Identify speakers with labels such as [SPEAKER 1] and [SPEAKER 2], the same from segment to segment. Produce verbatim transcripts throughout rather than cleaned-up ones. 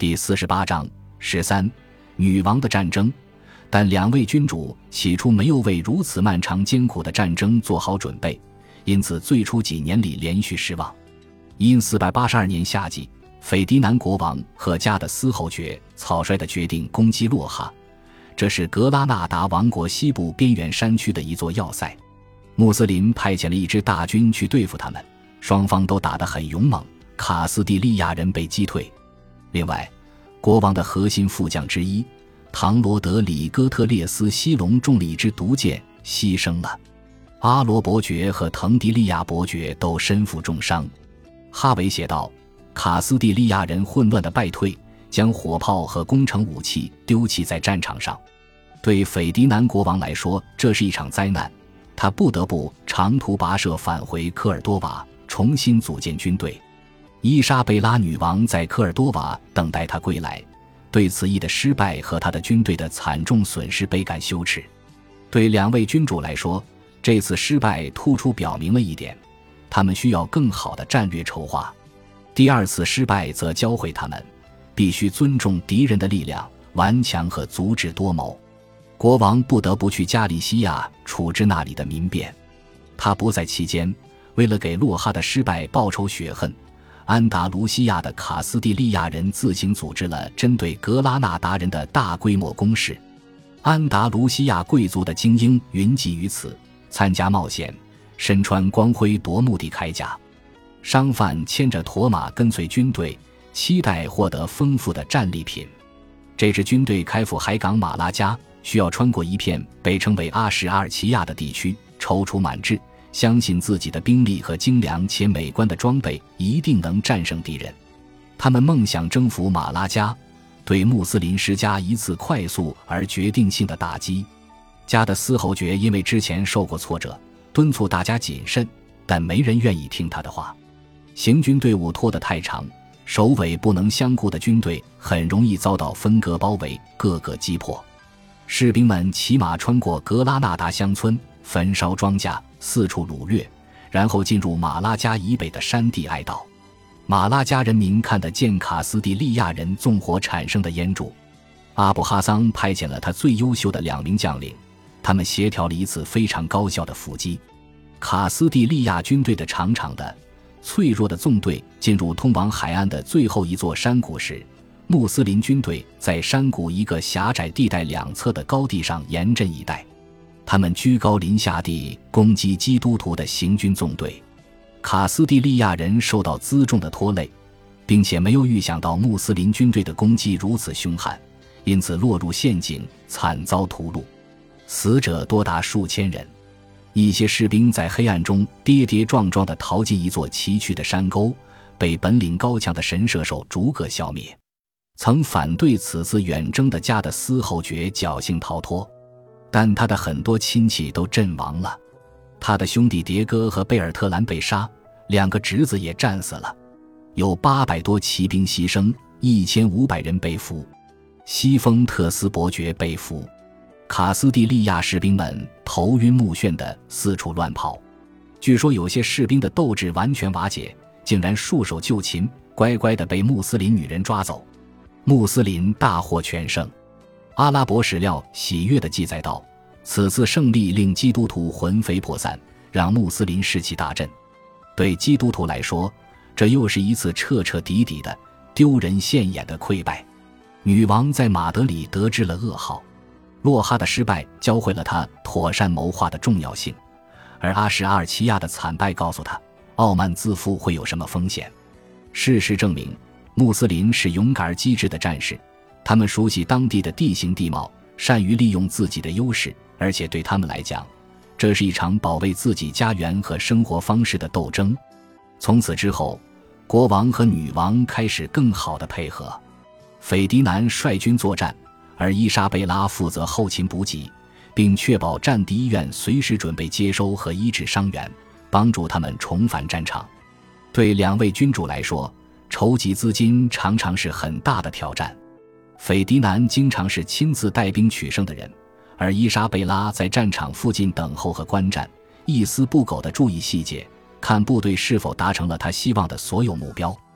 [SPEAKER 1] 第四十八章十三女王的战争。但两位君主起初没有为如此漫长艰苦的战争做好准备，因此最初几年里连续失望。因四百八十二年夏季，斐迪南国王和加的斯侯爵草率地决定攻击洛哈，这是格拉纳达王国西部边缘山区的一座要塞。穆斯林派遣了一支大军去对付他们，双方都打得很勇猛，卡斯蒂利亚人被击退。另外，国王的核心副将之一唐罗德里戈特列斯西隆中了一支毒箭，牺牲了。阿罗伯爵和滕迪利亚伯爵都身负重伤。哈维写道，卡斯蒂利亚人混乱地败退，将火炮和工程武器丢弃在战场上。对斐迪南国王来说，这是一场灾难，他不得不长途跋涉返回科尔多瓦，重新组建军队。伊莎贝拉女王在科尔多瓦等待他归来，对此役的失败和他的军队的惨重损失倍感羞耻。对两位君主来说，这次失败突出表明了一点，他们需要更好的战略筹划。第二次失败则教会他们必须尊重敌人的力量、顽强和足智多谋。国王不得不去加利西亚处置那里的民变。他不在期间，为了给洛哈的失败报仇雪恨，安达卢西亚的卡斯蒂利亚人自行组织了针对格拉纳达人的大规模攻势。安达卢西亚贵族的精英云集于此，参加冒险，身穿光辉夺目的铠甲。商贩牵着驼马跟随军队，期待获得丰富的战利品。这支军队开赴海港马拉加，需要穿过一片被称为阿什阿尔奇亚的地区，踌躇满志，相信自己的兵力和精良且美观的装备一定能战胜敌人。他们梦想征服马拉加，对穆斯林施加一次快速而决定性的打击。加的斯侯爵因为之前受过挫折，敦促大家谨慎，但没人愿意听他的话。行军队伍拖得太长，首尾不能相顾的军队很容易遭到分割包围，各个击破。士兵们骑马穿过格拉纳达乡村，焚烧庄稼，四处掳掠，然后进入马拉加以北的山地哀悼。马拉加人民看得见卡斯蒂利亚人纵火产生的烟柱。阿布哈桑派遣了他最优秀的两名将领，他们协调了一次非常高效的伏击。卡斯蒂利亚军队的长长的脆弱的纵队进入通往海岸的最后一座山谷时，穆斯林军队在山谷一个狭窄地带两侧的高地上严阵以待。他们居高临下地攻击基督徒的行军纵队。卡斯蒂利亚人受到辎重的拖累，并且没有预想到穆斯林军队的攻击如此凶悍，因此落入陷阱，惨遭屠戮，死者多达数千人。一些士兵在黑暗中跌跌撞撞地逃进一座崎岖的山沟，被本领高强的神射手逐个消灭。曾反对此次远征的加的斯侯爵侥幸逃脱，但他的很多亲戚都阵亡了。他的兄弟迭戈和贝尔特兰被杀，两个侄子也战死了，有八百多骑兵牺牲，一千五百人被俘。西丰特斯伯爵被俘。卡斯蒂利亚士兵们头晕目眩地四处乱跑，据说有些士兵的斗志完全瓦解，竟然束手就擒，乖乖地被穆斯林女人抓走。穆斯林大获全胜。阿拉伯史料喜悦地记载道，此次胜利令基督徒魂飞魄散，让穆斯林士气大振。对基督徒来说，这又是一次彻彻底底的丢人现眼的溃败。女王在马德里得知了噩耗，洛哈的失败教会了他妥善谋划的重要性，而阿什阿尔奇亚的惨败告诉他，傲慢自负会有什么风险。事实证明，穆斯林是勇敢而机智的战士，他们熟悉当地的地形地貌，善于利用自己的优势，而且对他们来讲，这是一场保卫自己家园和生活方式的斗争。从此之后，国王和女王开始更好的配合。斐迪南率军作战，而伊莎贝拉负责后勤补给，并确保战地医院随时准备接收和医治伤员，帮助他们重返战场。对两位君主来说，筹集资金常常是很大的挑战。斐迪南经常是亲自带兵取胜的人，而伊莎贝拉在战场附近等候和观战，一丝不苟地注意细节，看部队是否达成了他希望的所有目标。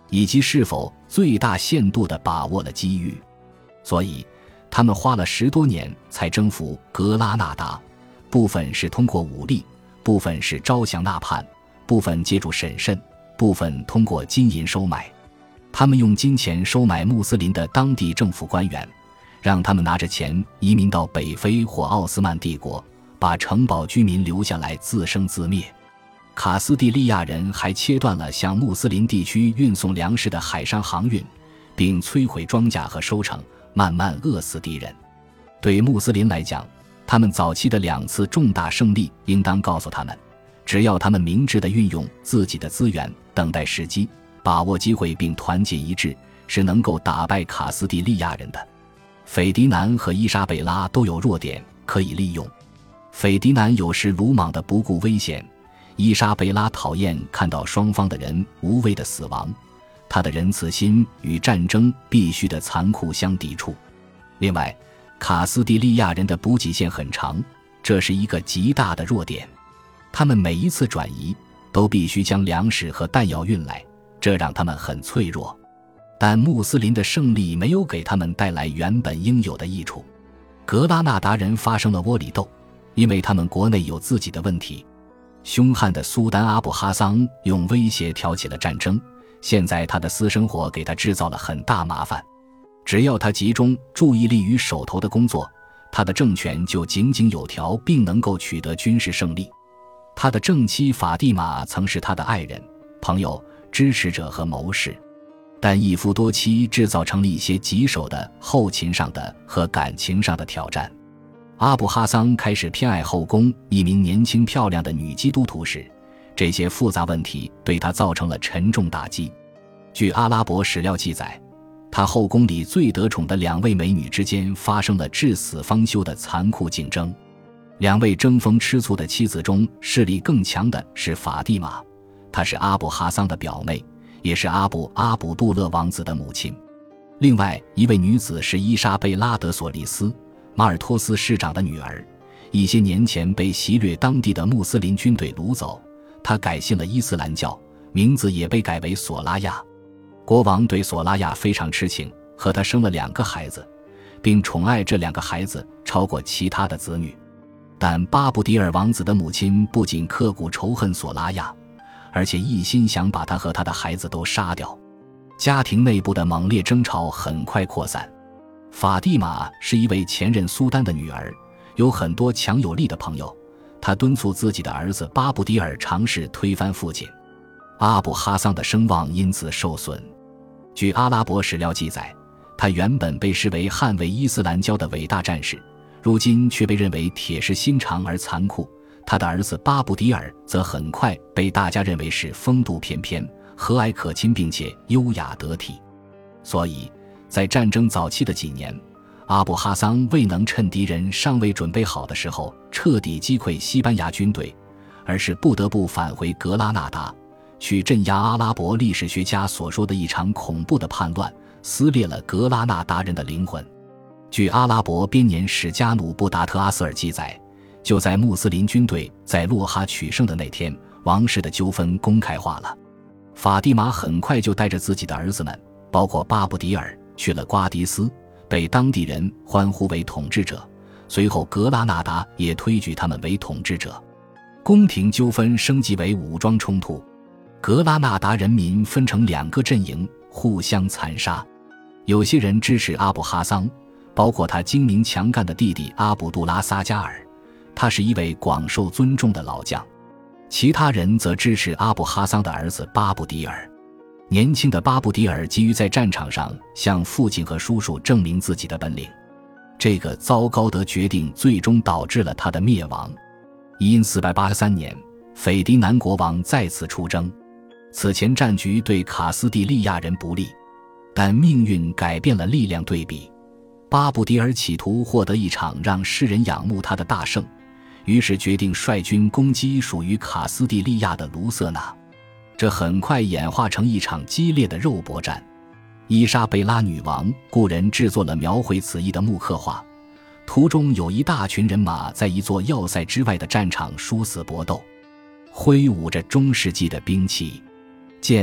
[SPEAKER 1] 以及是否最大限度地把握了机遇。所以他们花了十多年才征服格拉纳达，部分是通过武力，部分是招降纳叛，部分借助审慎，部分通过金银收买。他们用金钱收买穆斯林的当地政府官员，让他们拿着钱移民到北非或奥斯曼帝国，把城堡居民留下来自生自灭。卡斯蒂利亚人还切断了向穆斯林地区运送粮食的海上航运，并摧毁庄稼和收成，慢慢饿死敌人。对穆斯林来讲，他们早期的两次重大胜利应当告诉他们，只要他们明智地运用自己的资源，等待时机，把握机会并团结一致，是能够打败卡斯蒂利亚人的。斐迪南和伊莎贝拉都有弱点可以利用。斐迪南有时鲁莽地不顾危险，伊莎贝拉讨厌看到双方的人无谓的死亡，他的仁慈心与战争必须的残酷相抵触。另外，卡斯蒂利亚人的补给线很长，这是一个极大的弱点。他们每一次转移都必须将粮食和弹药运来，这让他们很脆弱。但穆斯林的胜利没有给他们带来原本应有的益处。格拉纳达人发生了窝里斗，因为他们国内有自己的问题。凶悍的苏丹阿布哈桑用威胁挑起了战争，现在他的私生活给他制造了很大麻烦。只要他集中注意力于手头的工作，他的政权就井井有条，并能够取得军事胜利。他的正妻法蒂玛曾是他的爱人、朋友、支持者和谋士，但一夫多妻制造成了一些棘手的后勤上的和感情上的挑战。阿布哈桑开始偏爱后宫一名年轻漂亮的女基督徒时，这些复杂问题对他造成了沉重打击。据阿拉伯史料记载，他后宫里最得宠的两位美女之间发生了至死方休的残酷竞争。两位争风吃醋的妻子中，势力更强的是法蒂玛，她是阿布哈桑的表妹，也是阿布阿卜杜勒王子的母亲。另外一位女子是伊莎贝拉德索利斯，马尔托斯市长的女儿，一些年前被袭掠当地的穆斯林军队掳走，她改信了伊斯兰教，名字也被改为索拉亚。国王对索拉亚非常痴情，和她生了两个孩子，并宠爱这两个孩子超过其他的子女。但巴布迪尔王子的母亲不仅刻骨仇恨索拉亚，而且一心想把他和他的孩子都杀掉。家庭内部的猛烈争吵很快扩散。法蒂玛是一位前任苏丹的女儿，有很多强有力的朋友，她敦促自己的儿子巴布迪尔尝试推翻父亲。阿布哈桑的声望因此受损。据阿拉伯史料记载，他原本被视为捍卫伊斯兰教的伟大战士，如今却被认为铁石心肠而残酷。他的儿子巴布迪尔则很快被大家认为是风度翩翩、和蔼可亲并且优雅得体。所以在战争早期的几年，阿布哈桑未能趁敌人尚未准备好的时候彻底击溃西班牙军队，而是不得不返回格拉纳达，去镇压阿拉伯历史学家所说的一场恐怖的叛乱，撕裂了格拉纳达人的灵魂。据阿拉伯编年史家努布达特阿斯尔记载，就在穆斯林军队在洛哈取胜的那天，王室的纠纷公开化了。法蒂玛很快就带着自己的儿子们，包括巴布迪尔，去了瓜迪斯，被当地人欢呼为统治者。随后格拉纳达也推举他们为统治者。宫廷纠纷升级为武装冲突，格拉纳达人民分成两个阵营，互相残杀。有些人支持阿布哈桑，包括他精明强干的弟弟阿卜杜拉撒加尔，他是一位广受尊重的老将。其他人则支持阿布哈桑的儿子巴布迪尔。年轻的巴布迪尔急于在战场上向父亲和叔叔证明自己的本领，这个糟糕的决定最终导致了他的灭亡。因四百八十三年，斐迪南国王再次出征，此前战局对卡斯蒂利亚人不利，但命运改变了力量对比。巴布迪尔企图获得一场让世人仰慕他的大胜，于是决定率军攻击属于卡斯蒂利亚的卢瑟纳。这很快演化成一场激烈的肉搏战。伊莎贝拉女王雇人制作了描绘此役的木刻画，图中有一大群人马在一座要塞之外的战场殊死搏斗，挥舞着中世纪的兵器，剑、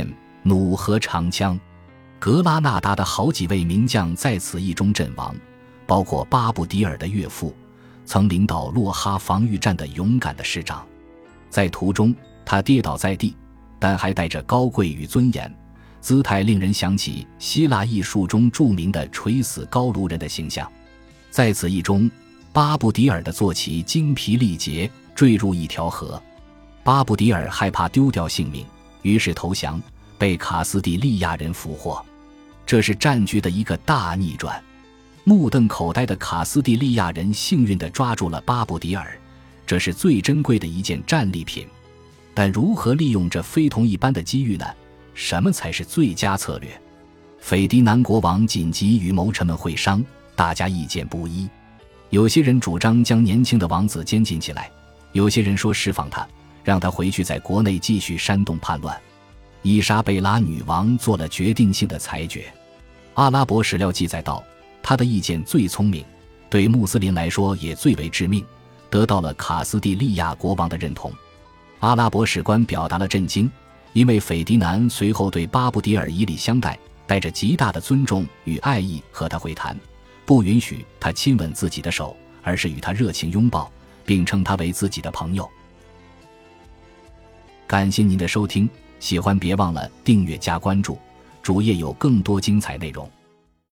[SPEAKER 1] 弩和长枪。格拉纳达的好几位名将在此役中阵亡，包括巴布迪尔的岳父，曾领导洛哈防御战的勇敢的师长。在途中他跌倒在地，但还带着高贵与尊严，姿态令人想起希腊艺术中著名的垂死高卢人的形象。在此役中，巴布迪尔的坐骑精疲力竭，坠入一条河。巴布迪尔害怕丢掉性命，于是投降，被卡斯蒂利亚人俘获。这是战局的一个大逆转。目瞪口呆的卡斯蒂利亚人幸运地抓住了巴布迪尔，这是最珍贵的一件战利品。但如何利用这非同一般的机遇呢？什么才是最佳策略？斐迪南国王紧急与谋臣们会商，大家意见不一。有些人主张将年轻的王子监禁起来，有些人说释放他，让他回去在国内继续煽动叛乱。伊莎贝拉女王做了决定性的裁决。阿拉伯史料记载道，她的意见最聪明，对穆斯林来说也最为致命，得到了卡斯蒂利亚国王的认同。阿拉伯史官表达了震惊，因为斐迪南随后对巴布迪尔以礼相待，带着极大的尊重与爱意和他会谈，不允许他亲吻自己的手，而是与他热情拥抱，并称他为自己的朋友。感谢您的收听，喜欢别忘了订阅加关注，主页有更多精彩内容。